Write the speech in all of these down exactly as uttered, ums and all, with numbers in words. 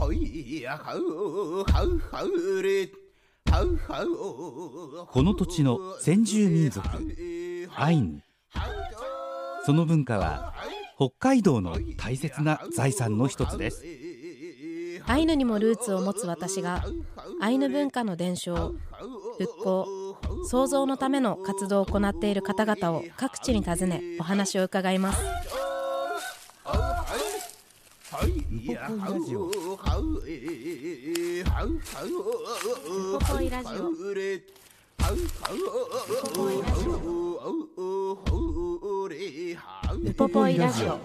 この土地の先住民族アイヌ、その文化は北海道の大切な財産の一つです。 アイヌにもルーツを持つ私がアイヌ文化の伝承、復興、創造のための活動を行っている方々を各地に訪ねお話を伺います。 ウポポイラジオ。ウポポイラジオ。ウポポイラジオ。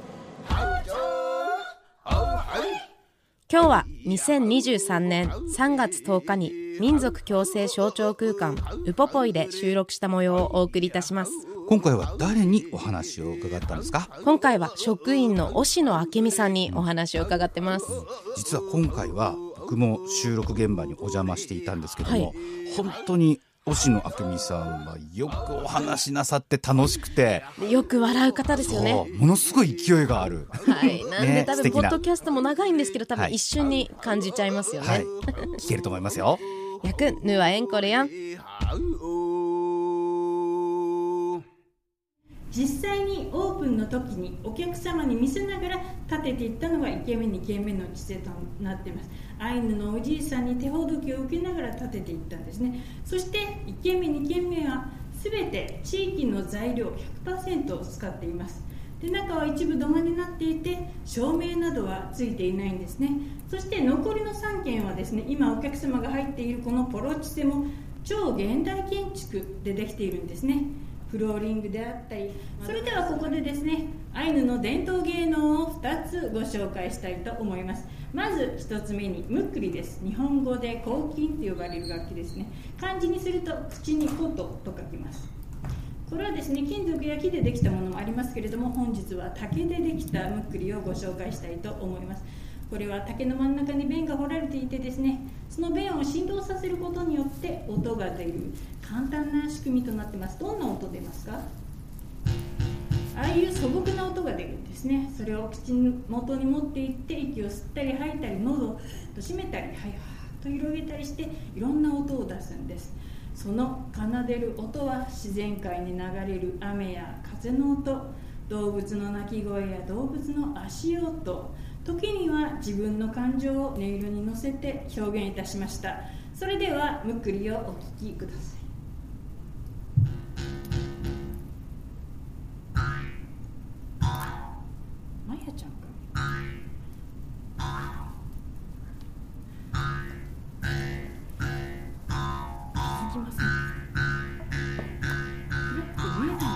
今日はにせんにじゅうさんねんさんがつとおかに民族共生象徴空間ウポポイで収録した模様をお送りいたします。 今回は誰にお話を伺ったんですか？ 今回は職員の押野明美さんにお話を伺ってます。 実は今回は僕も収録現場にお邪魔していたんですけども、はい、本当に押野明美さんはよくお話しなさって楽しくてよく笑う方ですよね。 ものすごい勢いがある、 はい、なんで多分ポッドキャストも長いんですけど多分一瞬に感じちゃいますよね、はい、 聞けると思いますよ。 やくぬはえんこれやん。 実際にオープンの時にお客様に見せながら建てていったのがいっけんめにけんめの地勢となっています。アイヌのおじいさんに手ほどきを受けながら建てていったんですね。そしていっけんめにけんめは全て地域の材料 ひゃくパーセント を使っています。で、中は一部土間になっていて照明などはついていないんですね。そして残りのさんけんはですね、今お客様が入っているこのポロチセも超現代建築でできているんですね。フローリングであったり、それではここでですね、アイヌの伝統芸能をふたつご紹介したいと思います。まずひとつめにムックリです。日本語で口琴と呼ばれる楽器ですね。漢字にすると口にことと書きます。これはですね、金属や木でできたものもありますけれども、本日は竹でできたムックリをご紹介したいと思います。これは竹の真ん中に弁が掘られていてですね、その弁を振動させることによって音が出る簡単な仕組みとなっています。どんな音出ますか？ああいう素朴な音が出るんですね。それを口元に持っていって息を吸ったり吐いたり喉を閉めたりはいはーと広げたりしていろんな音を出すんです。その奏でる音は自然界に流れる雨や風の音、動物の鳴き声や動物の足音、時には自分の感情を音色に乗せて表現いたしました。それではムックリをお聴きください。まやちゃんか気づきますね。よく見えないんだよ。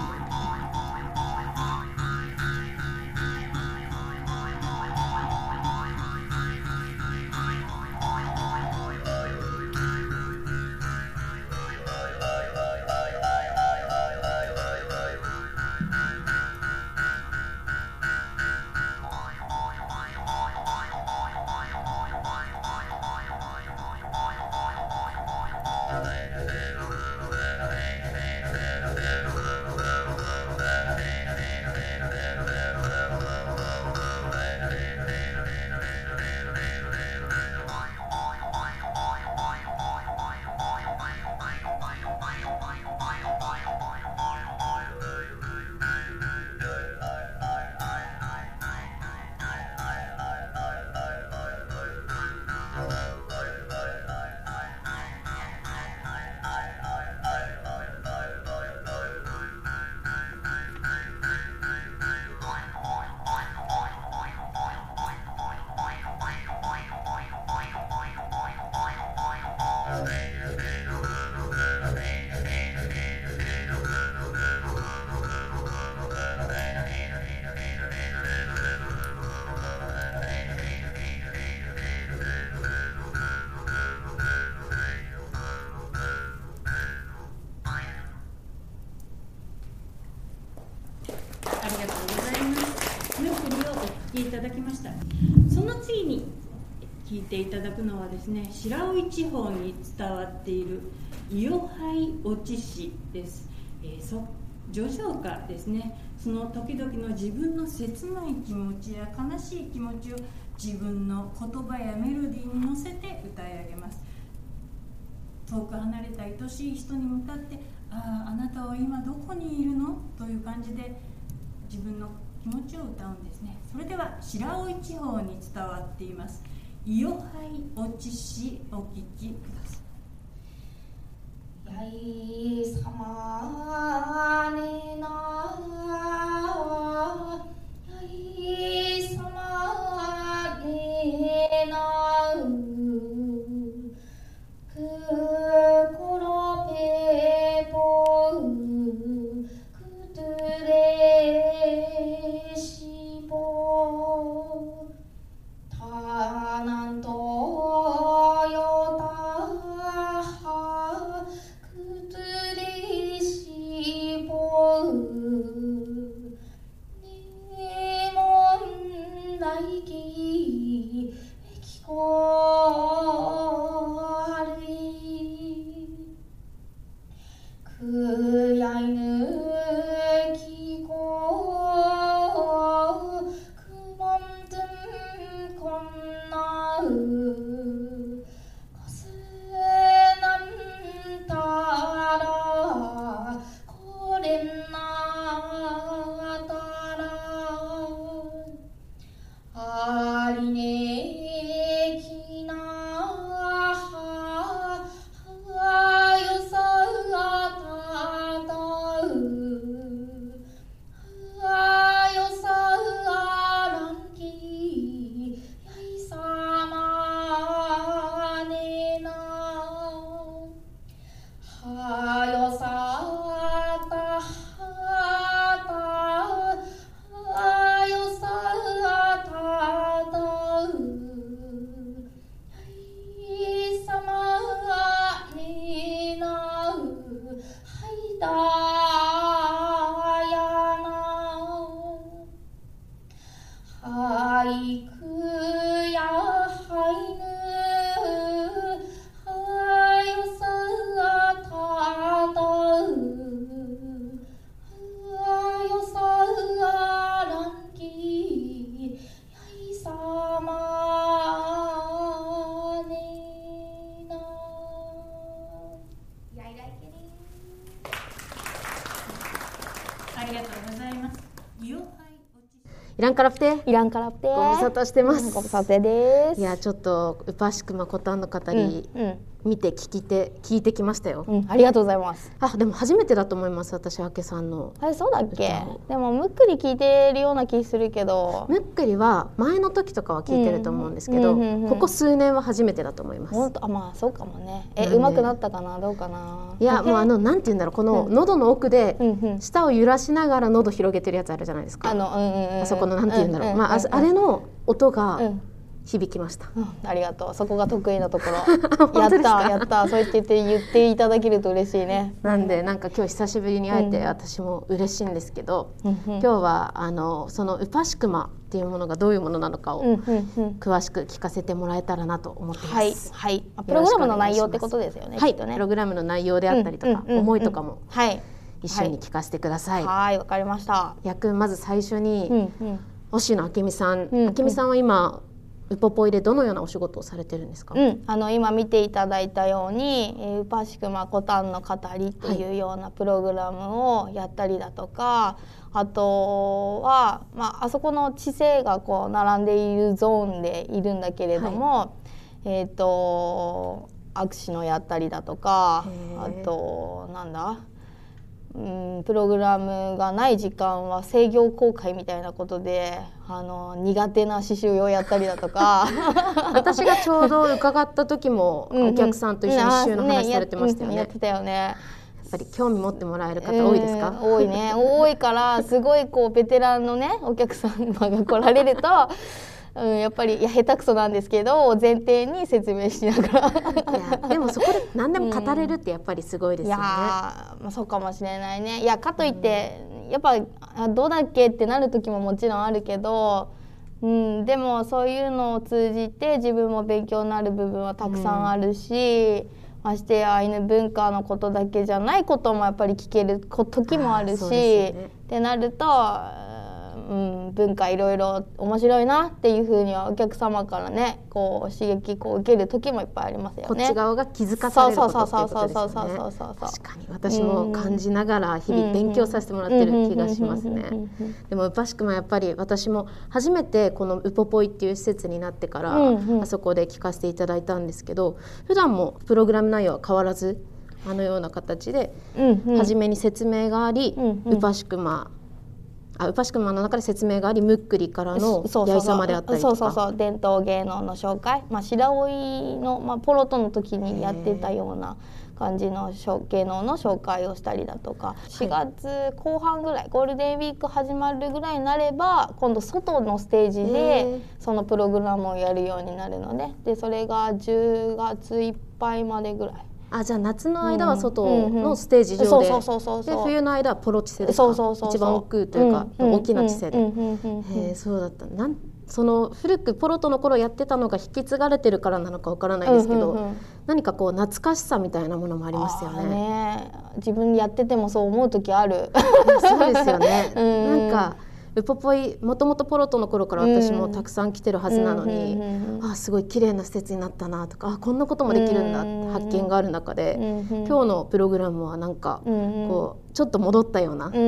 いただきました。その次に聞いていただくのはですね、白老地方に伝わっている伊予灰落ち詩です。えー、そ叙情歌ですね。その時々の自分の切ない気持ちや悲しい気持ちを自分の言葉やメロディーに乗せて歌い上げます。遠く離れた愛しい人に向かって、ああ、あなたは今どこにいるのという感じで自分の気持ちを歌うんですね。それでは白老地方に伝わっていますいよはいおちしお聞きください。 やいさまねなやいさまねなくころぺぽくとれしぼたなんとよたはくとれしぼにもんないききこありくやいぬきこくもんずんこんなうかすなんたらこれなたらありねきなははよさたたうはよさらんきやいさまねなはよさたはたはよさたたうやいさまねなはいだやなはいくやはいぬはいよさたたうはいよさらんきやいさまねなやいらいけねありがとうございます。いよはいおちしイランカラプテイランカラプテご無沙汰してますご無沙汰です。 いやちょっとウパシクマコタンの語り、 うんうん見て聞いて聞いてきましたよ、 うん、ありがとうございます。 あでも初めてだと思います私明けさんのあれそうだっけ歌を。 でもむっくり聞いてるような気するけど、 むっくりは前の時とかは聞いてると思うんですけど、 うんうんうんうんここ数年は初めてだと思います。 本当あまあそうかもね。えなんで上手くなったかなどうかな。 いやもうあのなんて言うんだろうこの喉の奥でうんうん舌を揺らしながら喉広げてるやつあるじゃないですか。 あのうんうんうんあそこのなんて言うんだろう、 んんんまあああれの音がうん響きました。 うんありがとう。そこが得意なところ。 当やっですかたやったそう言って言って言っていただけると嬉しいね。 なんでなんか今日久しぶりに会えてうん私も嬉しいんですけど、 うんうん今日はあのそのウパシクマっていうものがどういうものなのかをうんうんうん詳しく聞かせてもらえたらなと思っています。 はいはい。あプログラムの内容ってことですよね。 はい、 きっとねプログラムの内容であったりとか、 うんうんうんうん思いとかもはい一緒に聞かせてください。 はいわかりました。 やくんまず最初に、 うんうん押野明美さん、 うん明美さんは今ウポポイでどのようなお仕事をされてるんですか？ うん、あの今見ていただいたように、えー、ウパシクマコタンの語りっていうようなプログラムをやったりだとか、あとは、まあ、あそこの知性がこう並んでいるゾーンでいるんだけれども、えっ、と握手のやったりだとか、あとなんだうん、プログラムがない時間は制御公開みたいなことであの苦手な刺繍をやったりだとか私がちょうど伺った時もお客さんと一緒に刺繍の話されてましたよね。 うんうん、やってたよね。 やっぱり興味持ってもらえる方多いですか？ うん、多いね多いからすごいこうベテランのねお客様が来られるとうん、やっぱりいや下手くそなんですけど前提に説明しながらいやでもそこで何でも語れるってやっぱりすごいですよね。 いやまあ、そうかもしれないね。いやかといって、うん、やっぱあどうだっけってなる時ももちろんあるけど、うん、でもそういうのを通じて自分も勉強になる部分はたくさんあるし、うん、ましてやアイヌ文化のことだけじゃないこともやっぱり聞ける時もあるし、ね、ってなるとうん、文化いろいろ面白いなっていうふうにはお客様からねこう刺激こう受ける時もいっぱいありますよね。 こっち側が気づかされることっていうことですよね。 そうそうそうそうそうそう。 確かに私も感じながら日々勉強させてもらってる気がしますね。でもウパシクマやっぱり私も初めてこのウポポイっていう施設になってから、うんうん、あそこで聞かせていただいたんですけど、普段もプログラム内容は変わらずあのような形で、うんうん、初めに説明があり、うんうん、ウパシクマあウパシクマの中で説明があり、ムックリからの八重様であったりとか、 そうそうそう伝統芸能の紹介、まあ、白老の、まあ、ポロトの時にやってたような感じの芸能の紹介をしたりだとか、しがつこう半ぐらいゴールデンウィーク始まるぐらいになれば今度外のステージでそのプログラムをやるようになるので、でそれがじゅうがついっぱいまでぐらい。 あ、じゃあ夏の間は外のステージ上で、で冬の間はポロチセですか。そうそうそうそう、一番奥というか、うん、大きなチセで、へえ、そうだった。なんその古くポロトの頃やってたのが引き継がれてるからなのかわからないですけど、うんうんうん、何かこう懐かしさみたいなものもありますよ ね, ね自分やっててもそう思う時ある。 そうですよね、うん、なんかウポポイもともとポロトの頃から私もたくさん来てるはずなのに、うん、あすごい綺麗な施設になったなとか、あこんなこともできるんだって発見がある中で、うん、今日のプログラムはなんかこうちょっと戻ったような、うん、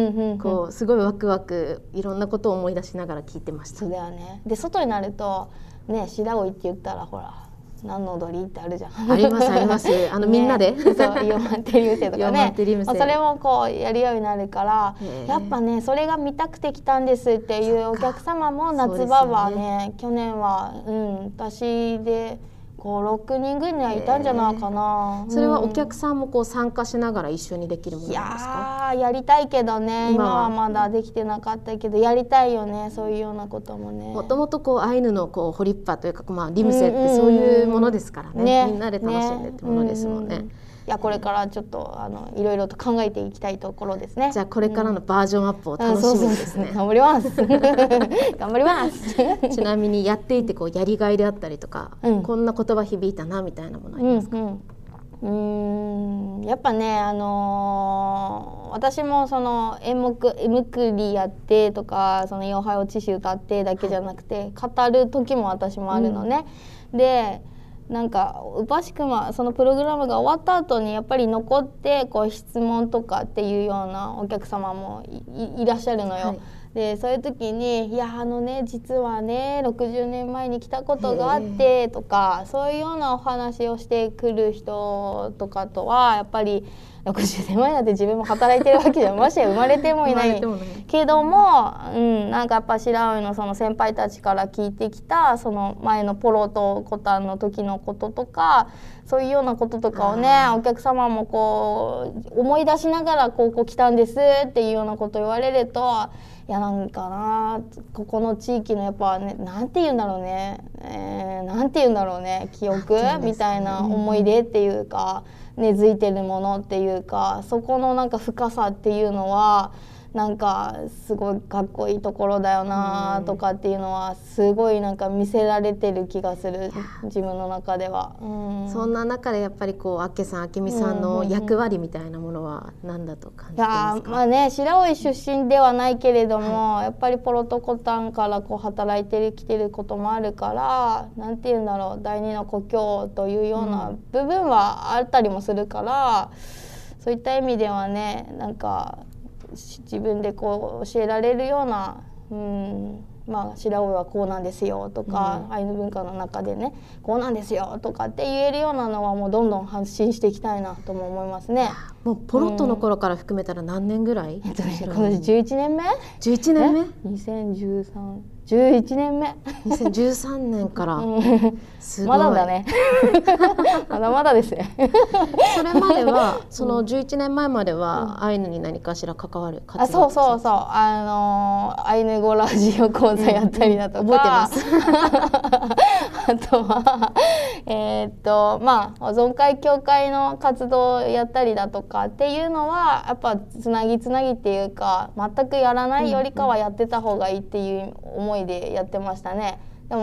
こうすごいワクワクいろんなことを思い出しながら聞いてました。 そうだよね。で外になるとね白老って言ったらほら何の踊りってあるじゃん。 ありますあります。あの、ね、みんなでそうヨマンテ流星とかね、まあ、それもこうやるようになるから、やっぱねそれが見たくて来たんですっていうお客様も夏場は ね, ね去年は、うん、私でご、ろくにんぐらいいたんじゃないかな。 それはお客さんもこう参加しながら一緒にできるものなんですか？ いややりたいけどね、今はまだできてなかったけどやりたいよね、そういうようなこともね。 もともとこうアイヌのこうホリッパというか、まあ、リムセってそういうものですからね、ねみんなで楽しんでってものですもんね。 ねいやこれからちょっとあのいろいろと考えていきたいところですね。 じゃあこれからのバージョンアップを楽しみですね。 頑張ります頑張りますちなみにやっていてこうやりがいであったりとか、うん、こんな言葉響いたなみたいなものありますか？うんうんうーんやっぱね、あのー、私もその演目むくりやってとかその妖怪を知識歌ってだけじゃなくて、はい、語る時も私もあるのね、うん、でなんかウパシクマそのプログラムが終わった後にやっぱり残ってこう質問とかっていうようなお客様も い, いらっしゃるのよ、はい、でそういう時にいやあのね実はねろくじゅうねんまえに来たことがあってとかそういうようなお話をしてくる人とかとはやっぱりろくじゅうねんまえなんて自分も働いてるわけじゃまして生まれてもいないけども、うん、なんかやっぱ白老のその先輩たちから聞いてきたその前のポロとコタンの時のこととかそういうようなこととかをねお客様もこう思い出しながらここ来たんですっていうようなことを言われるといやなんかなここの地域のやっぱねなんて言うんだろうね、えー、なんて言うんだろうね記憶、ね、みたいな思い出っていうか根付いてるものっていうかそこのなんか深さっていうのはなんかすごいかっこいいところだよなとかっていうのはすごいなんか見せられてる気がする自分の中では、 うん、そんな中でやっぱりこうあけさんあけみさんの役割みたいなものは何だと感じてますか？ いやまあね白老出身ではないけれども、はい、やっぱりポロトコタンからこう働いてきてることもあるからなんて言うんだろう第二の故郷というような部分はあったりもするから、うん、そういった意味ではねなんか自分でこう教えられるような、うんまあ、白老はこうなんですよとか、うん、アイヌ文化の中でねこうなんですよとかって言えるようなのはもうどんどん発信していきたいなとも思いますね。 もうポロットの頃から含めたら何年ぐらい？うん、えっとね、 今年じゅういちねんめじゅういちねんめにせんじゅうさんじゅういちねんめにせんじゅうさんねんから、うん、すごいまだだねまだまだですねそれまではそのじゅういちねんまえまでは、うん、アイヌに何かしら関わる活動、あそうそうそうあのー、アイヌ語ラジオ講座やったりだとか、うん、覚えてますあとはえー、っとまあ保存会協会の活動をやったりだとかっていうのはやっぱつなぎつなぎっていうか全くやらないよりかはやってた方がいいっていう思いでやってましたね。でも、ま、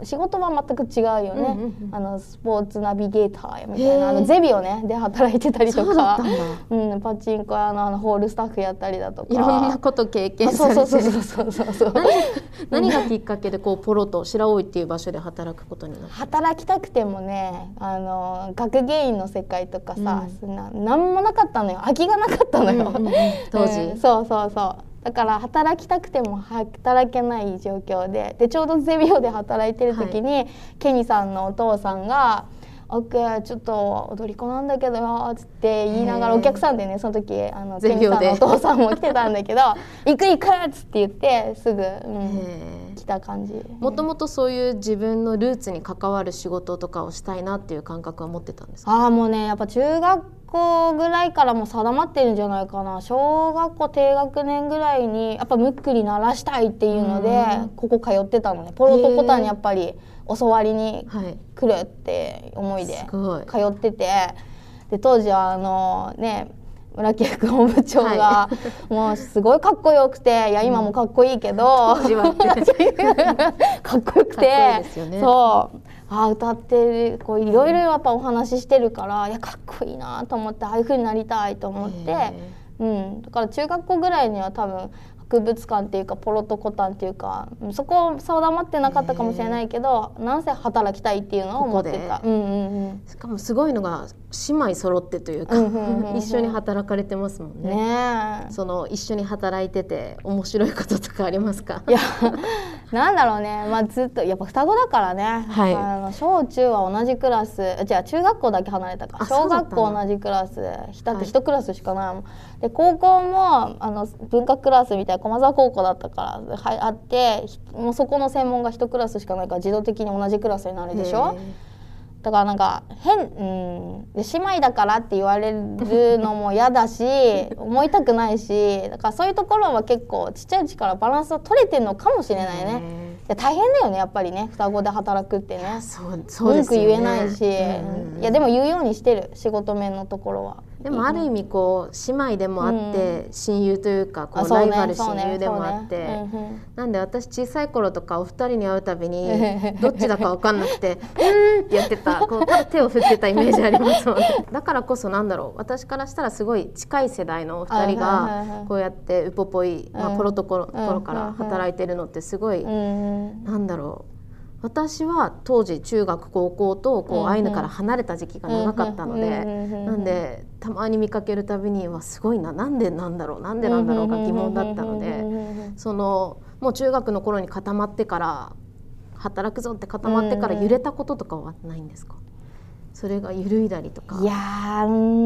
仕事は全く違うよね、 うんうんうん、 あのスポーツナビゲーターみたいなあのゼビオねで働いてたりとか、うん、パチンコ屋 の, あのホールスタッフやったりだとかいろんなこと経験されてそうそうそうそうそう何, 何がきっかけでこうポロと白老っていう場所で働くことになった？ 働きたくてもねあの学芸員の世界とかさ、うん、な何もなかったのよ、空きがなかったのよ、うんうんうん、 当時、 うん、そうそうそうだから働きたくても働けない状況 で, でちょうどゼビオで働いてる時に、はい、ケニさんのお父さんがオッケーちょっと踊り子なんだけどよつって言いながらお客さんでねその時あのケニさんのお父さんも来てたんだけど行く行くっつって言ってすぐ、うん、来た感じ。 もともとそういう自分のルーツに関わる仕事とかをしたいなっていう感覚は持ってたんですか？ ああもうねやっぱ中学校ぐらいからも定まってるんじゃないかな。小学校低学年ぐらいにやっぱムックリ鳴らしたいっていうのでここ通ってたのね。ポロとコタンにやっぱり教わりに来るって思いで通ってて、で当時はあのね村木副本部長が、はい、もうすごいかっこよくていや今もかっこいいけど、うん、かっこよくてかっこいいですよね。そうあ歌ってるこういろいろやっぱお話ししてるからいやかっこいいなと思ってああいう風になりたいと思って、うん、だから中学校ぐらいには多分博物館っていうかポロとコタンっていうかそこ定まってなかったかもしれないけどなんせ働きたいっていうのを思ってた。ここで、うんうんうん、 しかもすごいのが姉妹揃ってというか、うんうんうんうん、一緒に働かれてますもんね。ねその一緒に働いてて面白いこととかありますか？ いやなんだろうね、まあ、ずっとやっぱ双子だからね、はい、あの小中は同じクラスじゃあ中学校だけ離れたから小学校同じクラスだって一クラスしかないもん、はい、で高校もあの文化クラスみたいな駒沢高校だったからはいあってもうそこの専門が一クラスしかないから自動的に同じクラスになるでしょ。だからなんか変、うん、で姉妹だからって言われるのも嫌だし思いたくないしだからそういうところは結構ちっちゃいうちからバランスを取れてるのかもしれないね。いや大変だよねやっぱりね双子で働くってね。 そうそうですよね。 文句言えないし、うんうん、いやでも言うようにしてる仕事面のところは。 でもある意味こう姉妹でもあって、うん、親友というかこうライバル親友でもあって、ねねうんうん、なんで私小さい頃とかお二人に会うたびにどっちだか分かんなくて「うん」ってやってたこうただ手を振ってたイメージありますもんね。だからこそなんだろう私からしたらすごい近い世代のお二人がこうやってウポポイ、まあ、ポロところから働いてるのってすごい、うん、なんだろう私は当時中学高校とこうアイヌから離れた時期が長かったのでなんでたまに見かけるたびにはすごいななんでなんだろうなんでなんだろうが疑問だったのでそのもう中学の頃に固まってから働くぞって固まってから揺れたこととかはないんですか？それが揺るいだりとか。 いやーう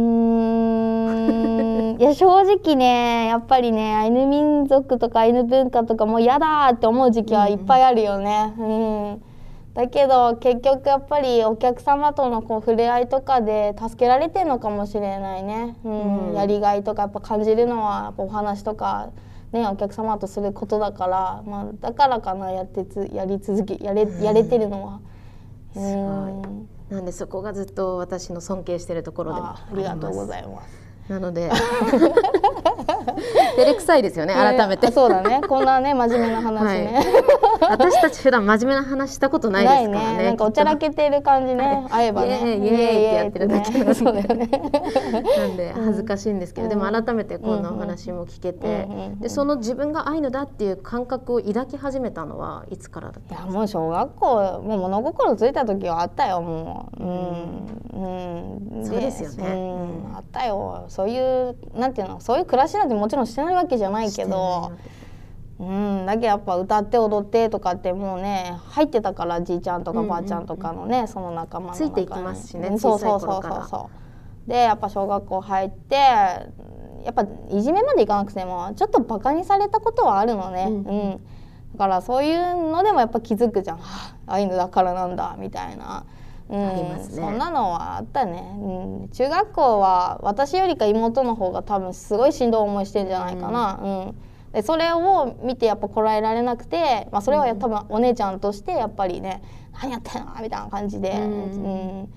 ーんいや正直ねやっぱりねアイヌ民族とかアイヌ文化とかもう嫌だって思う時期はいっぱいあるよね、うんうん、だけど結局やっぱりお客様とのこう触れ合いとかで助けられてるのかもしれないね、うんうん、やりがいとかやっぱ感じるのはやっぱお話とかね、お客様とすることだから、まあ、だからかなやってつやり続けやれ、やれてるのは、 うん、すごいなんでそこがずっと私の尊敬しているところでもあります。 ありがとうございます。 なので照れくさいですよね改めて、 えー、そうだねこんなね真面目な話ね、 はい、私たち普段真面目な話したことないですからね。 ないねなんかおちゃらけてる感じね会えばねイエーイイエーイってやってるだけなので、 そうだよねなんで恥ずかしいんですけど、うん、でも改めてこんなお話も聞けて、うんうん、でその自分がアイヌだっていう感覚を抱き始めたのはいつからだったんですか？ いやもう小学校もう物心ついた時はあったよもう、うんうん、 そうですよね、 うん、あったよそういうなんていうのそういう暮らしなんてもちろんしてないわけじゃないけどうん、だけどやっぱ歌って踊ってとかってもうね入ってたからじいちゃんとかばあちゃんとかのね、うんうんうん、その仲間の中についていきますしね小さい頃から。そうそうそうそうでやっぱ小学校入ってやっぱいじめまでいかなくてもちょっとバカにされたことはあるのね、うんうん、だからそういうのでもやっぱ気づくじゃん、はあ、アイヌだからなんだみたいな。うん、ありますね、そんなのはあったね、うん、中学校は私よりか妹の方が多分すごいしんどい思いしてるんじゃないかな、うんうん、でそれを見てやっぱこらえられなくて、まあ、それは多分お姉ちゃんとしてやっぱりね、うん、何やってんのみたいな感じで、うんうん、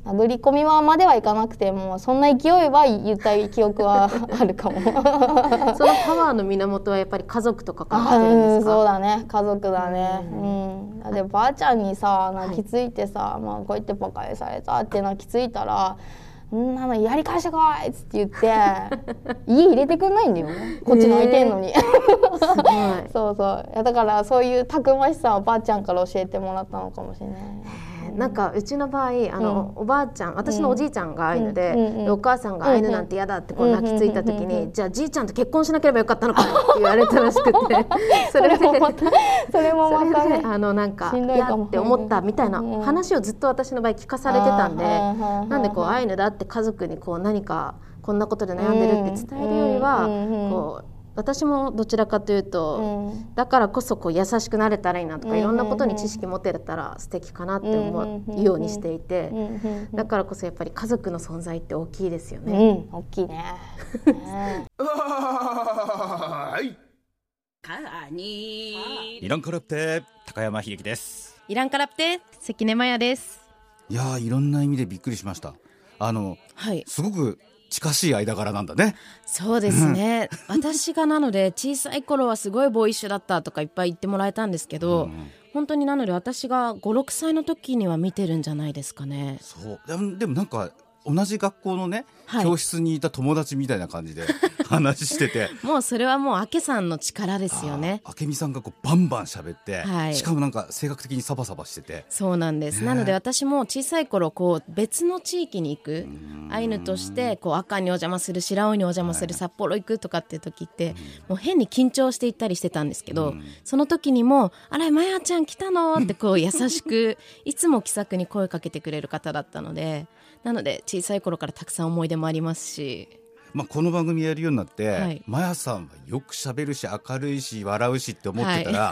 殴り込みはまではいかなくてもそんな勢いは言った記憶はあるかもそのパワーの源はやっぱり家族とかから来てるんですか？ そうだね、家族だね。うん、うん、でばあちゃんにさ泣きついてさ、はい、まあ、こうやってバカにされたって泣きついたら、んなのやり返してこいっつって言って家入れてくんないんだよこっちの空いてんのに、えー、すごいそうそういやだからそういうたくましさはばあちゃんから教えてもらったのかもしれない。 なんかうちの場合あの、うん、おばあちゃん私のおじいちゃんがアイヌで、 うんでお母さんがアイヌなんて嫌だってこう泣きついた時に、うん、じゃあじいちゃんと結婚しなければよかったのかって言われたらしくてそれもまたそれもまたねあのなんか嫌って思ったみたいな話をずっと私の場合聞かされてたんで、なんでこうアイヌだって家族にこう何かこんなことで悩んでるって伝えるよりはこう私もどちらかというと、うん、だからこそこう優しくなれたらいいなとか、うん、いろんなことに知識持てたら素敵かなって思うようにしていて、うん、だからこそやっぱり家族の存在って大きいですよね。 うん、大きいね。 イランカラプテ高山秀樹です。 イランカラプテ関根麻也です。 いやーいろんな意味でびっくりしました。あの、はい、すごく近しい間柄なんだね。 そうですね私がなので小さい頃はすごいボーイッシュだったとかいっぱい言ってもらえたんですけど、うん、本当になので私がご、ろくさいの時には見てるんじゃないですかね。 そうでも、でもなんか同じ学校のね、はい、教室にいた友達みたいな感じで話しててもうそれはもう明さんの力ですよね。 明美さんがこうバンバン喋って、はい、しかもなんか性格的にサバサバしてて。 そうなんです、ね、なので私も小さい頃こう別の地域に行くアイヌとしてこう赤にお邪魔する白老にお邪魔する、はい、札幌行くとかっていう時ってもう変に緊張して行ったりしてたんですけど、その時にもあらまやちゃん来たのってこう優しくいつも気さくに声かけてくれる方だったので、なので小さい頃からたくさん思い出もありますし、 まあ、この番組やるようになって、はい、マヤさんはよく喋るし明るいし笑うしって思ってたら、はい、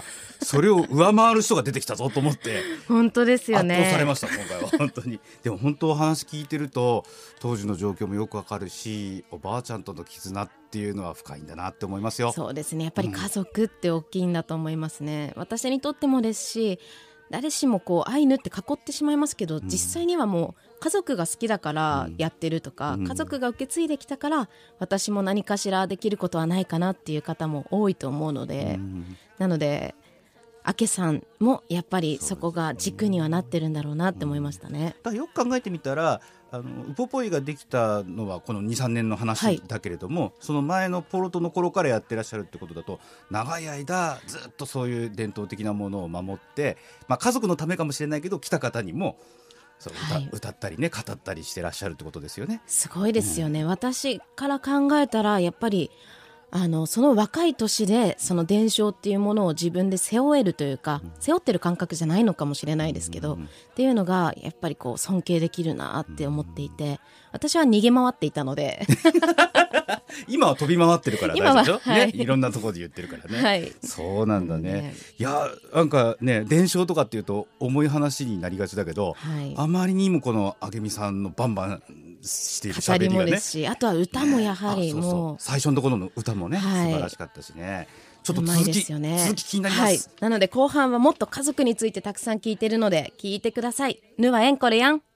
それを上回る人が出てきたぞと思って本当ですよね、 圧倒されました今回は本当に。でも本当お話聞いてると当時の状況もよくわかるし、おばあちゃんとの絆っていうのは深いんだなって思いますよ。 そうですね、やっぱり家族って大きいんだと思いますね、うん、私にとってもですし誰しもこうアイヌって囲ってしまいますけど、うん、実際にはもう家族が好きだからやってるとか、うん、家族が受け継いできたから私も何かしらできることはないかなっていう方も多いと思うので、うん、なので明さんもやっぱりそこが軸にはなってるんだろうなって思いましたね。 だからよく考えてみたらあのウポポイができたのはこの にさんねんの話だけれども、はい、その前のポロトの頃からやってらっしゃるってことだと長い間ずっとそういう伝統的なものを守って、まあ、家族のためかもしれないけど来た方にもそう 歌,、はい、歌ったりね語ったりしてらっしゃるってことですよね。 すごいですよね、うん、私から考えたらやっぱりあのその若い年でその伝承っていうものを自分で背負えるというか、うん、背負ってる感覚じゃないのかもしれないですけど、うん、っていうのがやっぱりこう尊敬できるなって思っていて、私は逃げ回っていたので今は飛び回ってるから大丈夫でしょ、 はいね、いろんなところで言ってるからね、 はい、 そうなんだね、 ね、 いやなんかね伝承とかっていうと重い話になりがちだけど、はい、あまりにもこの明美さんのバンバンしている喋りがね、 語りもですし、あとは歌もやはりもう、ね、そうそう最初のところの歌もね、はい、素晴らしかったしね。ちょっと続き、 ね、 続き気になります、はい、 なので後半はもっと家族についてたくさん聞いてるので聞いてください。ぬはえんこれやん。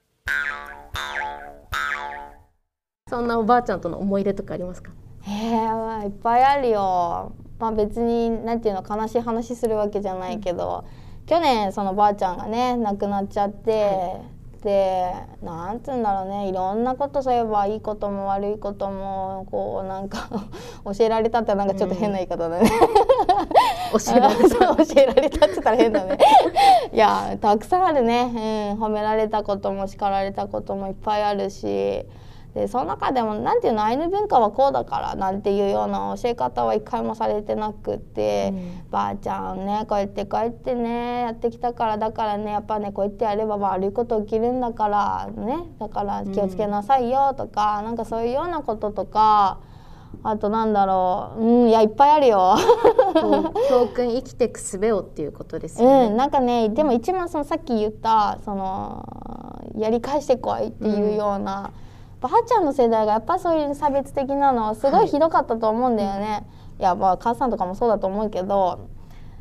そんなおばあちゃんとの思い出とかありますか？ えー、いっぱいあるよ。まあ、別になんていうの悲しい話するわけじゃないけど、うん、去年そのばあちゃんがね亡くなっちゃって、はい、でなんつうんだろうね、いろんなことそういえばいいことも悪いこともこうなんか教えられたってなんかちょっと変な言い方だね、 うん、教えられた教えられたって言ったら変だねいやたくさんあるね、うん、褒められたことも叱られたこともいっぱいあるし、でその中でもなんていうのアイヌ文化はこうだからなんていうような教え方は一回もされてなくて、うん、ばあちゃんねこうやってこうやってねやってきたからだからねやっぱねこうやってやれば悪いこと起きるんだからねだから気をつけなさいよとか、うん、なんかそういうようなこととか、あとなんだろう、うん、いやいっぱいあるよ教訓生きていく術をっていうことですよね、 うん、なんかねでも一番そのさっき言ったそのやり返してこいっていうような、うんばあちゃんの世代がやっぱそういう差別的なのはすごいひどかったと思うんだよね、はい、いやまあ母さんとかもそうだと思うけど、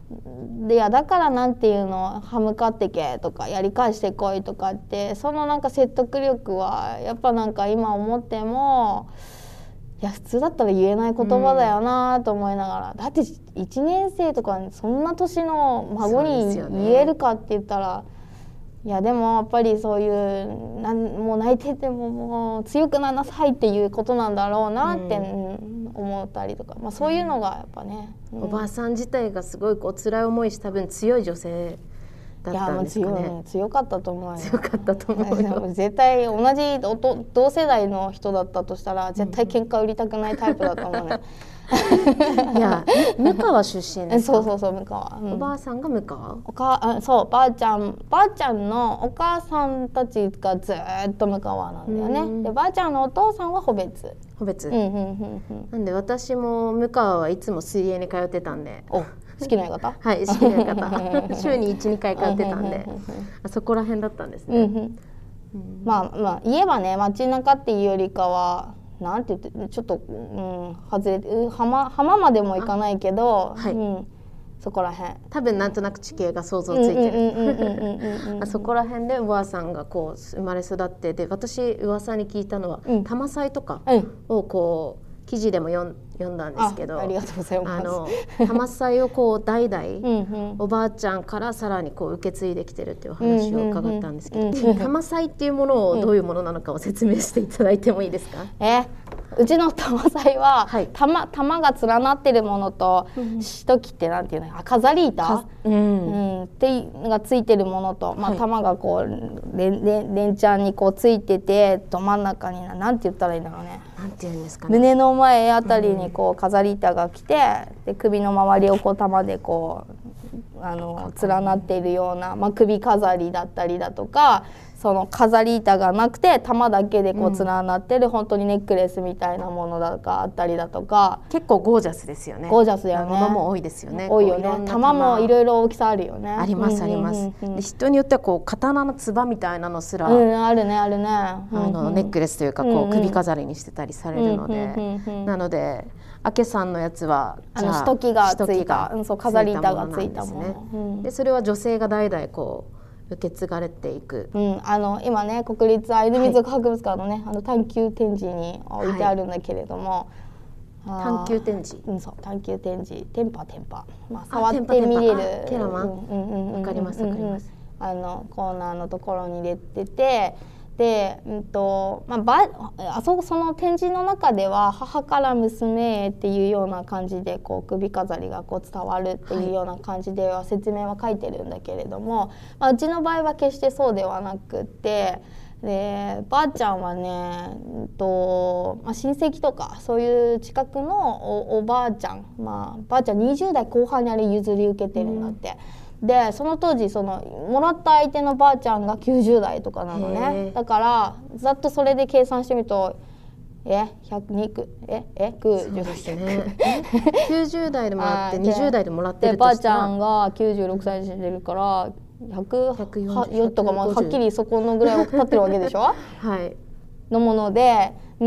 でいやだからなんていうの歯向かってけとかやり返してこいとかってそのなんか説得力はやっぱなんか今思ってもいや普通だったら言えない言葉だよなと思いながら、うん、だっていちねん生とかそんな年の孫に言えるかって言ったら、いやでもやっぱりそういうなんもう泣いててももう強くなりなさいっていうことなんだろうなって、うん思ったりとか、まあ、そういうのがやっぱね、 うんうん、おばあさん自体がすごいこう辛い思いし多分強い女性だったんですかね。 いやもう 強, 強かったと思うよ。 強かったと思うよ。 絶対同じ同世代の人だったとしたら絶対喧嘩売りたくないタイプだと思うね。 いや向川出身ですか。 そうそうそう向川、うん、 おばあさんが向川。 おかあそうばあちゃんばあちゃんのお母さんたちがずっと向川なんだよね、うん、でばあちゃんのお父さんは穂別穂別、 うんうんうんうん、 なんで私も向川はいつも水泳に通ってたんで、 お好きな方はい好きな方週に いち,に 回通ってたんであそこら辺だったんですね、うんうんうん、まあまあ家はね街中っていうよりかはなんて言ってちょっと、うん、外れて 浜, 浜までも行かないけど、はいうん、そこら辺多分なんとなく地形が想像ついてるあそこら辺でおばあさんがこう生まれ育ってで私噂に聞いたのは、うん、玉祭とかをこう記事でも読ん読んだんですけど、 ありがとうございます。 あの玉祭をこう代々うん、おばあちゃんからさらにこう受け継いできてるっていう話を伺ったんですけど、うんうんうん、玉祭っていうものをどういうものなのかを説明していただいてもいいですか？ えうちの玉祭は、はい、玉, 玉が連なってるものと、うん、しときってなんていうの飾り板、うんうん、ってがついてるものと、まあ、玉がこう連連チャンにこうついててと真ん中になんて言ったらいいんだろうね。 なんていうんですかね。 胸の前あたりにこう飾り板が来て、で首の周りをこう玉でこうあの連なっているような、まあ、首飾りだったりだとか。その飾り板がなくて玉だけでこう連なってる、うん、本当にネックレスみたいなものがあったりだとか結構ゴージャスですよね。 ゴージャスだよね。 ものも多いですよね。 多いよね。玉もいろいろ大きさあるよね。 ありますあります、うんうんうん、で人によってはこう刀のつばみたいなのすら、 うん、あるねあるね、 あの、うんうん、ネックレスというかこう首飾りにしてたりされるので、うんうんうんうん、なのであけさんのやつはあのしときがついた、うん、そう飾り板がついたもの、 うん、でそれは女性が代々こう受け継がれていく、 うん、あの今ね国立アイヌ民族博物館のね、はい、あの探求展示に置いてあるんだけれども、 はい、探求展示、 うん、そう探求展示テンパテンパ、まあ、触って見れるテラマわかりますわかります、 あのコーナーのところに出ててで、うんとまあ、ばあそその展示の中では母から娘へっていうような感じでこう首飾りがこう伝わるっていうような感じでは説明は書いてるんだけれども、まあ、うちの場合は決してそうではなくってでばあちゃんはね、うんとまあ、親戚とかそういう近くの お, おばあちゃん、まあ、ばあちゃんにじゅう代後半にあれ譲り受けてるんだって。うんでその当時そのもらった相手のばあちゃんがきゅうじゅう代とかなのね。だからざっとそれで計算してみるとえひゃくにええきゅうじゅうですねきゅうじゅう代でもらってにじゅう代でもらってるとしたらばあちゃんがきゅうじゅうろくさいで死んでるからひゃくよんじゅうとかもはっきりそこのぐらいは経ってるわけでしょはいのもので、うん、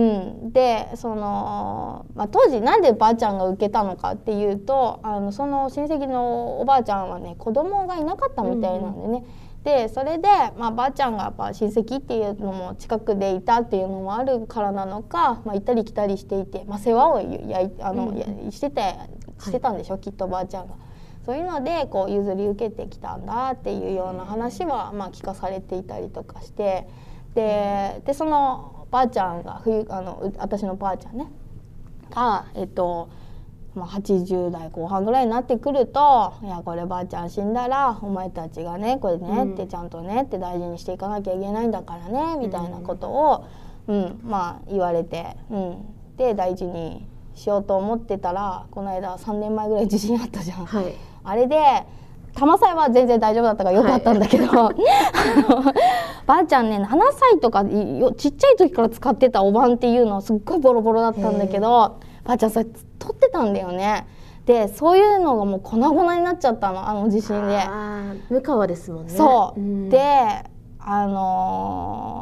でその、まあ、当時なんでばあちゃんが受けたのかっていうとあのその親戚のおばあちゃんはね子供がいなかったみたいなんでね、うん、でそれで、まあ、ばあちゃんがやっぱ親戚っていうのも近くでいたっていうのもあるからなのか、まあ、行ったり来たりしていて、まあ、世話をやいあの、うん、やしててしてたんでしょ、はい、きっとばあちゃんが。そういうのでこう譲り受けてきたんだっていうような話は、まあ、聞かされていたりとかしてで、でそのばあちゃんが冬あの私のばあちゃんねが、えっとまあ、はちじゅう代後半ぐらいになってくるといやこればあちゃん死んだらお前たちがねこれね、うん、ってちゃんとねって大事にしていかなきゃいけないんだからねみたいなことを、うんうん、まあ言われて、うん、で大事にしようと思ってたらこの間さんねんまえぐらい地震あったじゃん、はい、あれで玉祭は全然大丈夫だったからよかったんだけど、はい、ばあちゃんねななさいとかちっちゃい時から使ってたお椀っていうのはすっごいボロボロだったんだけどばあちゃんそれ取ってたんだよね。でそういうのがもう粉々になっちゃったのあの地震で。 あ向川ですもんね。 そう、うん、であのー、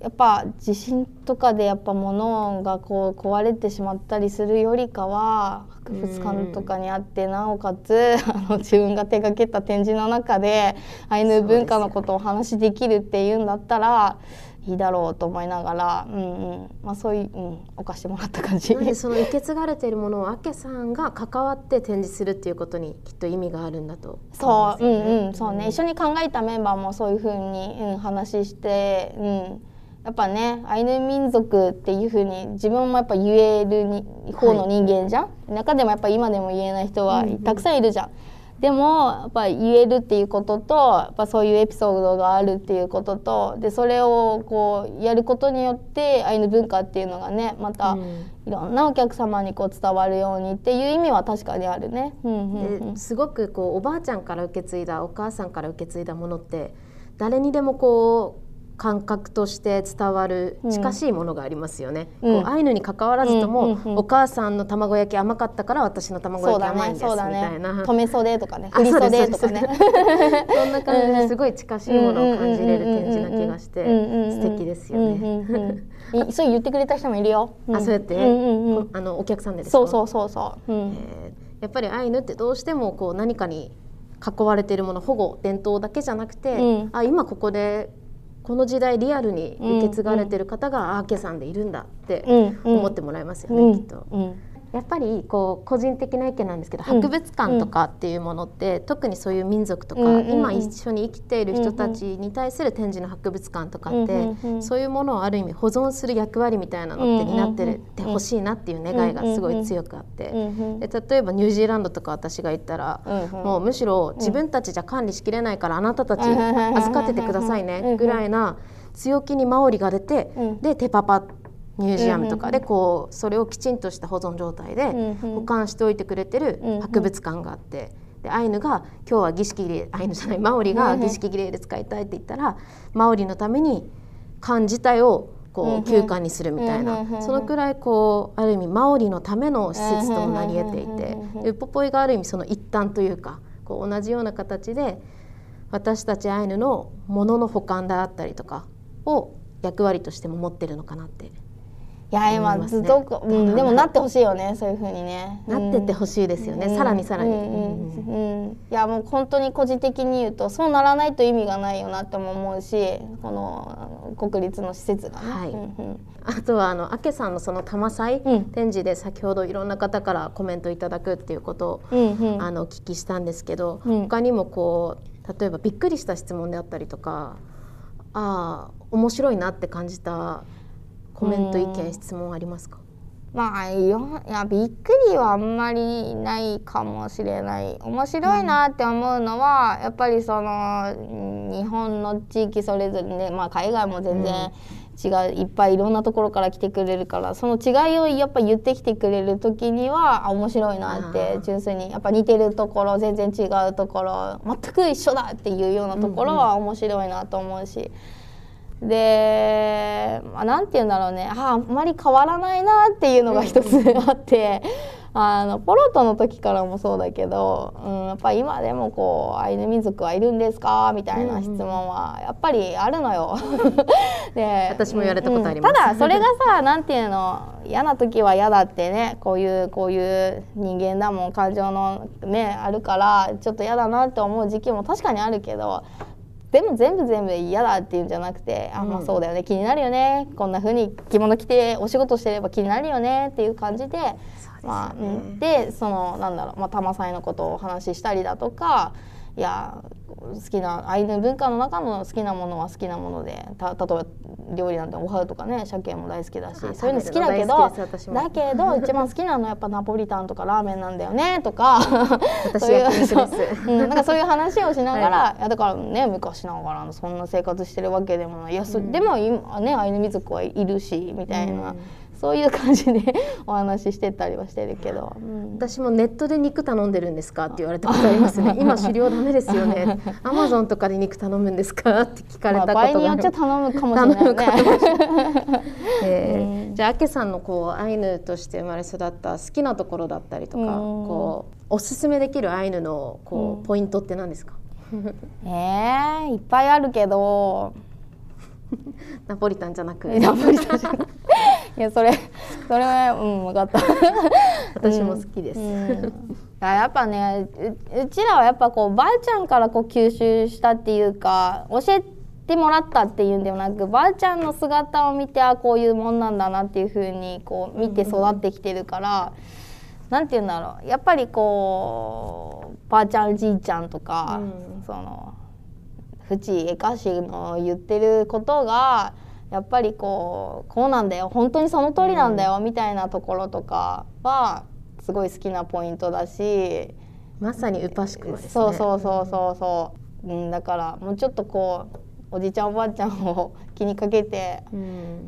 やっぱ地震とかでやっぱ物がこう壊れてしまったりするよりかは博物館とかにあってなおかつあの自分が手がけた展示の中でアイヌ文化のことをお話しできるっていうんだったらいいだろうと思いながら、うんうんまあ、そういう、うん、置かしてもらった感じ。 なんでその受け継がれているものをあけさんが関わって展示するっていうことにきっと意味があるんだと思いますよね。 そう、うんうん、そうね、一緒に考えたメンバーもそういうふうに、うん、話して、うん、やっぱねアイヌ民族っていうふうに自分もやっぱ言えるに方の人間じゃん、はい、中でもやっぱ今でも言えない人はたくさんいるじゃん、うんうんでもやっぱ言えるっていうこととやっぱそういうエピソードがあるっていうこととでそれをこうやることによってアイヌ文化っていうのがねまたいろんなお客様にこう伝わるようにっていう意味は確かにあるね、うんうんうん、 ですごくこうおばあちゃんから受け継いだお母さんから受け継いだものって誰にでもこう感覚として伝わる近しいものがありますよね、うん、こうアイヌに関わらずとも、うんうんうん、お母さんの卵焼き甘かったから私の卵焼き甘いんです、ね、みたいな留め袖とかね振り袖とかねそんな感じですごい近しいものを感じれる展示な気がして素敵ですよねそう言ってくれた人もいるよ、 うん、あそうやって、うんうんうん、あのお客さんでですか。 そうそうそうそう、うん、 えー、やっぱりアイヌってどうしてもこう何かに囲われているもの保護伝統だけじゃなくて、うん、あ今ここでこの時代リアルに受け継がれてる方がアーケさんでいるんだって思ってもらえますよね、うんうん、きっと、うん、やっぱりこう個人的な意見なんですけど、うん、博物館とかっていうものって、うん、特にそういう民族とか、うん、今一緒に生きている人たちに対する展示の博物館とかって、うん、そういうものをある意味保存する役割みたいなのって担っててほしいなっていう願いがすごい強くあって、で例えばニュージーランドとか私が行ったら、うん、もうむしろ自分たちじゃ管理しきれないからあなたたち預かっててくださいねぐらいな強気にマオリが出て、うん、でテパパミュージアムとかでこうそれをきちんとした保存状態で保管しておいてくれてる博物館があって、でアイヌが今日は儀式でアイヌじゃないマオリが儀式儀礼で使いたいって言ったらマオリのために館自体をこう休館にするみたいな、そのくらいこうある意味マオリのための施設ともなり得ていて、ウポポイがある意味その一端というかこう同じような形で私たちアイヌのものの保管であったりとかを役割としても持ってるのかなっていや今ずっと、うん、でもなってほしいよねそういう風にねなってってほしいですよね、うん、さらにさらに、うんうんうん、いやもう本当に個人的に言うとそうならないと意味がないよなっても思うしこの国立の施設がね、はいうんうん、 あとはあのアケさんのその多摩祭展示で先ほどいろんな方からコメントいただくっていうことを、うんうん、あのお聞きしたんですけど、うん、他にもこう例えばびっくりした質問であったりとかああ面白いなって感じたコメント意見質問ありますか？ まあいやびっくりはあんまりないかもしれない。面白いなって思うのは、うん、やっぱりその日本の地域それぞれね、まあ、海外も全然違う、うん、いっぱいいろんなところから来てくれるからその違いをやっぱ言ってきてくれる時にはあ面白いなって純粋にやっぱ似てるところ全然違うところ全く一緒だっていうようなところは面白いなと思うし。うんうんで、まあ、なんて言うんだろうね あ, あんまり変わらないなっていうのが一つあってあのポロトの時からもそうだけど、うん、やっぱり今でもこうアイヌ民族はいるんですかみたいな質問はやっぱりあるのよで私も言われたことあります、 うん、ただそれがさなんていうの嫌な時は嫌だってねこういうこういう人間だもん感情のねあるからちょっと嫌だなって思う時期も確かにあるけどでも全部全部嫌だっていうんじゃなくて、うん、あまあそうだよね気になるよねこんな風に着物着てお仕事してれば気になるよねっていう感じで、まあ、うん、でそのなんだろう、まあ、多摩祭のことをお話ししたりだとかいや好きなアイヌ文化の中の好きなものは好きなものでた例えば料理なんておはよとかね鮭も大好きだしそういうの好きだけどだけど一番好きなのはやっぱナポリタンとかラーメンなんだよねとか私はそういう、 うん、なんかそういう話をしながら、はい、いやだからね昔ながらそんな生活してるわけでもないいや、うん、でも今ねアイヌ民族はいるしみたいな。うんそういう感じでお話ししてたりはしてるけど、うん、 私もネットで肉頼んでるんですかって言われたことありますね今狩猟ダメですよねアマゾンとかで肉頼むんですかって聞かれたことがある、まあ、場合によっちゃ頼むかもしれないよねえーうん、じゃあアケさんのこうアイヌとして生まれ育った好きなところだったりとか、うん、こうおすすめできるアイヌのこう、うん、ポイントって何ですかえー、いっぱいあるけどナポリタンじゃなくナポリタンじゃなくいやそれそれはうん分かった私も好きです、 うんうん、やっぱね う, うちらはやっぱこうばあちゃんからこう吸収したっていうか教えてもらったっていうんではなくばあちゃんの姿を見てあこういうもんなんだなっていう風にこう見て育ってきてるから、うん、なんて言うんだろうやっぱりこうばあちゃんじいちゃんとか、うん、その淵江歌詞の言ってることがやっぱりこうこうなんだよ本当にその通りなんだよ、うん、みたいなところとかはすごい好きなポイントだしまさにウパシクマですね。 そうそうそうそうそう、うん、だからもうちょっとこうおじちゃんおばあちゃんを気にかけて、うん、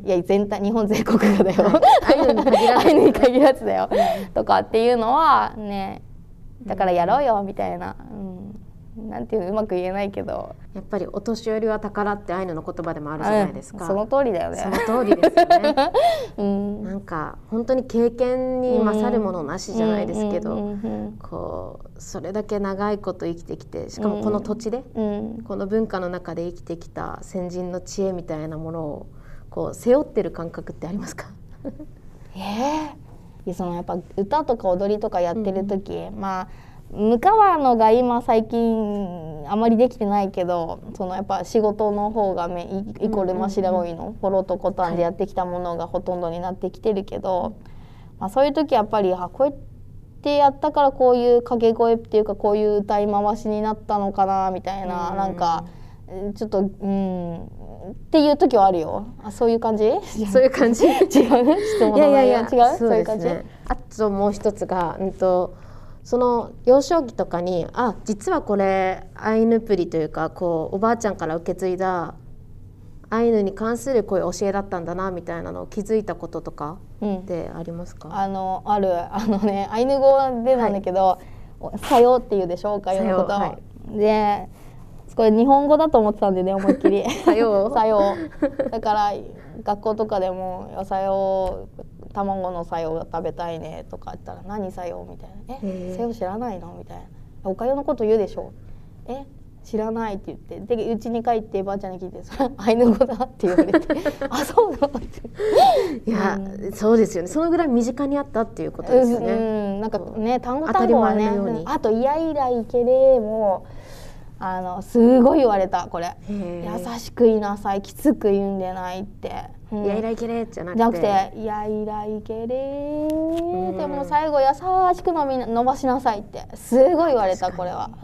いや全体日本全国がだよアイヌに限らずだよとかっていうのはねだからやろうよみたいな、うん、なんていうのうまく言えないけどやっぱりお年寄りは宝ってアイヌの言葉でもあるじゃないですか、 うん、その通りだよねその通りですよね、うん、なんか本当に経験に勝るものなしじゃないですけどこうそれだけ長いこと生きてきてしかもこの土地で、うん、この文化の中で生きてきた先人の知恵みたいなものをこう背負ってる感覚ってありますかえー、いやそのやっぱ歌とか踊りとかやってる時、うん、まあ向川のが今最近あまりできてないけどそのやっぱ仕事の方がめイコールマシラオイのフォロとコタンでやってきたものがほとんどになってきてるけど、はいまあ、そういう時やっぱりあこうやってやったからこういう掛け声っていうかこういう歌い回しになったのかなみたいな、うん、なんかちょっとうんっていう時はあるよ。あそういう感じそういう感じ違う質問の内容違うそういう感じ。 あともう一つが、うんとその幼少期とかにあ実はこれアイヌプリというかこうおばあちゃんから受け継いだアイヌに関するこういう教えだったんだなみたいなのを気づいたこととかってありますか？ うん、あのあるあのねアイヌ語でなんだけど「はい、さよ」っていうでしょうかよのこと、はい、でこれ日本語だと思ってたんでね思いっきりさよさよだから学校とかでも「さよ卵のさよが食べたいね」とか言ったら「何さよ」みたいな「えさよ知らないの?」みたいな「おかよのこと言うでしょ」え知らないって言ってでうちに帰ってばあちゃんに聞いてそれアイヌ語だって言われてあそうなのっていや、うん、そうですよねそのぐらい身近にあったっていうことですよね、うん、 なんかね単語単語はねあとイヤイライケレもあのすごい言われたこれ優しく言いなさいきつく言うんでないって、 うん、イヤイライケレじゃなくてじゃなくてイヤイライケレでも最後優しく伸び伸ばしなさいってすごい言われたこれは、うん、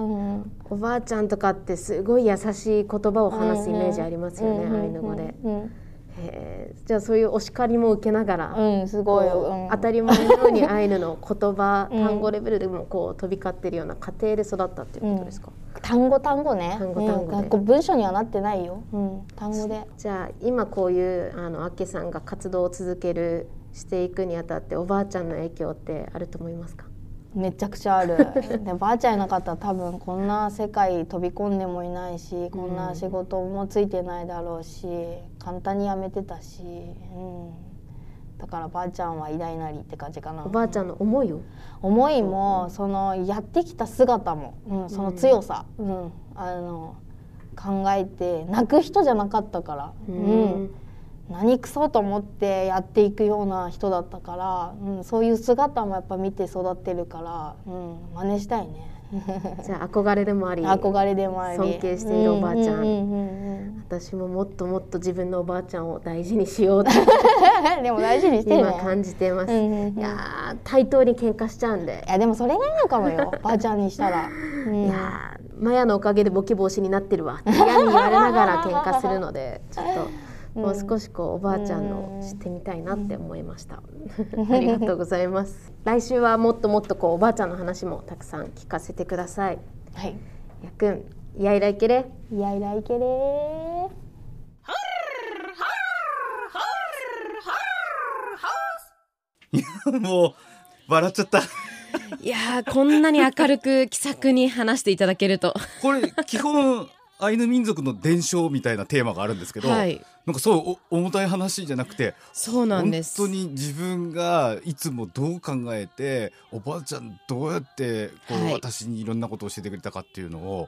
おばあちゃんとかってすごい優しい言葉を話すイメージありますよね、うんうん、アイヌ語で、うんうんへじゃあそういうお叱りも受けながら、 うん、すごい、うん、 当たり前のようにアイヌの言葉、うん、単語レベルでもこう飛び交ってるような家庭で育ったっていうことですか？ うん、単語単語ね単語単語で、 うん、文章にはなってないよ、うん、単語で。 じゃあ今こういうあのあっけさんが活動を続けるしていくにあたっておばあちゃんの影響ってあると思いますか？ めちゃくちゃあるでばあちゃんいなかったら多分こんな世界飛び込んでもいないしこんな仕事もついてないだろうし簡単に辞めてたし、うん、だからばあちゃんは偉大なりって感じかな。 おばあちゃんの思いを思いもそのやってきた姿も、うん、その強さ、うん、あの考えて泣く人じゃなかったから、うんうん何くそと思ってやっていくような人だったから、うん、そういう姿もやっぱ見て育ってるから、うん、真似したいねじゃあ憧れでもあり憧れでもあり尊敬しているおばあちゃん私ももっともっと自分のおばあちゃんを大事にしようってでも大事にしてるね今感じてます、うんうんうん、いや対等に喧嘩しちゃうんでいやでもそれがいいのかもよばあちゃんにしたら、 うん、いやマヤのおかげでボケ防止になってるわ嫌に言われながら喧嘩するのでちょっともう少しこうおばあちゃんの知ってみたいなって思いました、うん、ありがとうございます来週はもっともっとこうおばあちゃんの話もたくさん聞かせてください。 はいやくんイヤイライケレイヤイライケレいやもう笑っちゃったいやこんなに明るく気さくに話していただけるとこれ基本アイヌ民族の伝承みたいなテーマがあるんですけど、はい、なんかそう重たい話じゃなくてそうなんです本当に自分がいつもどう考えておばあちゃんどうやってこう、はい、私にいろんなことを教えてくれたかっていうのを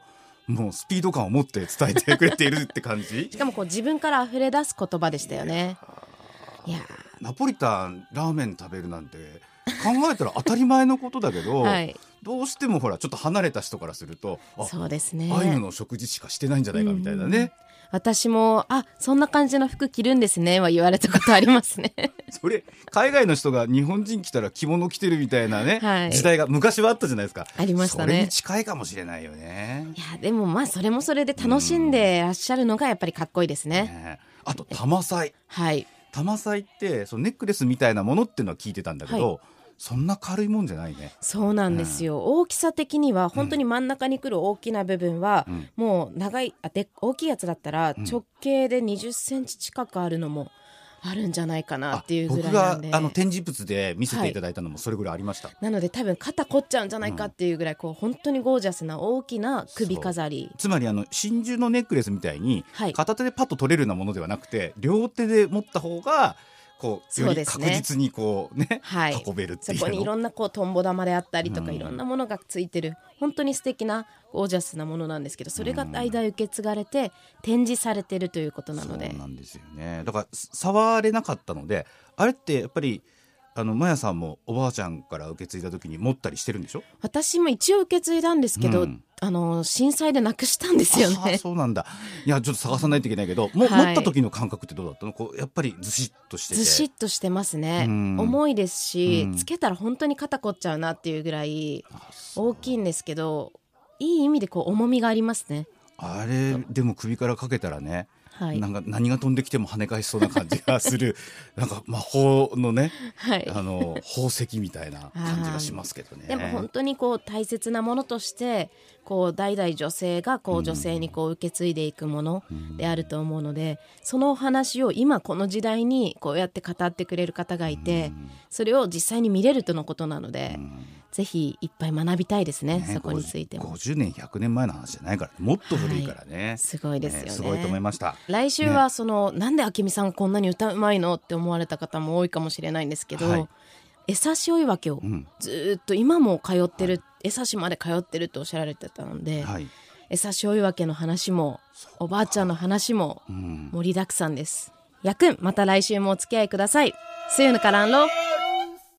もうスピード感を持って伝えてくれているって感じしかもこう自分から溢れ出す言葉でしたよね。いやナポリタンラーメン食べるなんて考えたら当たり前のことだけど、はい、どうしてもほらちょっと離れた人からするとあそうですね、 アイヌの食事しかしてないんじゃないかみたいなね、うん、 私もあそんな感じの服着るんですねは言われたことありますねそれ海外の人が日本人来たら着物着てるみたいなね、はい、時代が昔はあったじゃないですか。 ありましたね。 それに近いかもしれないよね。 いやでもまあそれもそれで楽しんでらっしゃるのがやっぱりかっこいいですね、 ね。あと玉祭、 はい、 玉祭ってそのネックレスみたいなものっていうのは聞いてたんだけど、はい、そんな軽いもんじゃないね。 そうなんですよ、うん、大きさ的には本当に真ん中に来る大きな部分は、うん、もう長いあで大きいやつだったら直径でにじゅっセンチ近くあるのもあるんじゃないかなっていうぐらいなんで、 僕があの展示物で見せていただいたのもそれぐらいありました、はい、 なので多分肩凝っちゃうんじゃないかっていうぐらいこう本当にゴージャスな大きな首飾り、 つまりあの真珠のネックレスみたいに片手でパッと取れるようなものではなくて、両手で持った方がこうより確実にこうね、はい、運べるっていうの。 そこにいろんなこうトンボ玉であったりとか、うん、いろんなものがついてる本当に素敵なゴージャスなものなんですけど、それが代々受け継がれて展示されてるということなので。 そうなんですよね。だから触れなかったので、あれってやっぱりあのマヤさんもおばあちゃんから受け継いだ時に持ったりしてるんでしょ。 私も一応受け継いだんですけど、うん、あの震災でなくしたんですよね。 あそうなんだ。いやちょっと探さないといけないけど、も、はい、持った時の感覚ってどうだったの。こうやっぱりずしっとしててずしっとしてますね、うん、重いですし、うん、つけたら本当に肩凝っちゃうなっていうぐらい大きいんですけど、いい意味でこう重みがありますね。 あれでも首からかけたらね、はい、なんか何が飛んできても跳ね返しそうな感じがするなんか魔法のね、はい、あの宝石みたいな感じがしますけどね。 でも本当にこう大切なものとしてこう代々女性がこう女性にこう受け継いでいくものであると思うので、うん、そのお話を今この時代にこうやって語ってくれる方がいて、うん、それを実際に見れるとのことなので、うん、ぜひいっぱい学びたいです ね, ねそこについても。 ごじゅうねんひゃくねんまえの話じゃないからもっと古いからね、はい、 すごいですよね、 すごいと思いました。 来週はその、ね、なんで明美さんがこんなに歌うまいのって思われた方も多いかもしれないんですけど、はい、江差追分けをずっと今も通ってる、うん、江差まで通ってるっておっしゃられてたので、はい、江差追分けの話もおばあちゃんの話も盛りだくさんです、うん、やくんまた来週もお付き合いください。See you のからんろ。